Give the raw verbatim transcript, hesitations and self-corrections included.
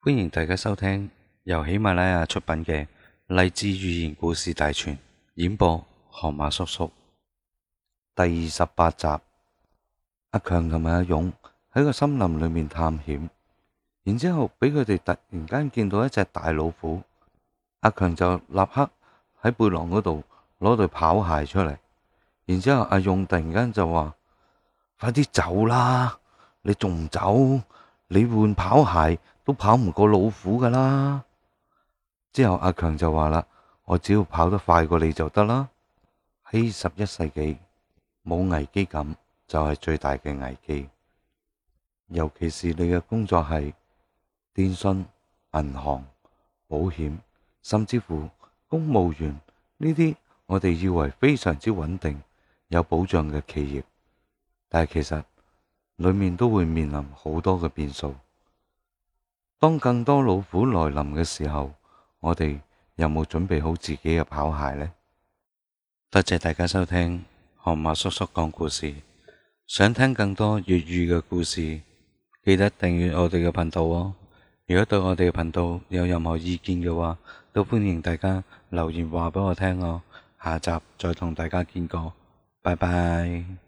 歡迎大家收聽由喜馬拉雅出品嘅勵志寓言故事大全，演播河馬叔叔。第二十八集，阿強同埋阿勇喺個森林裏面探險，然之後俾佢哋突然間見到一隻大老虎。阿強就立刻喺背囊嗰度攞對跑鞋出嚟，然之後阿勇突然間就話：快啲走啦！你仲唔走？你換跑鞋都跑唔過老虎噶啦！之後阿強就話啦：我只要跑得快過你就得啦。喺十一世紀，冇危機感就係最大嘅危機，尤其是你嘅工作係電信、銀行、保險，甚至乎公務員呢啲我哋以為非常之穩定、有保障嘅企業，但係其實裏面都會面臨好多嘅變數。當更多老虎來臨嘅時候，我哋有冇準備好自己嘅跑鞋呢？多謝大家收聽河馬叔叔講故事。想聽更多粵語嘅故事，記得訂閱我哋嘅頻道哦。如果對我哋嘅頻道有任何意見嘅話，都歡迎大家留言話俾我聽哦。下集再同大家見過，拜拜。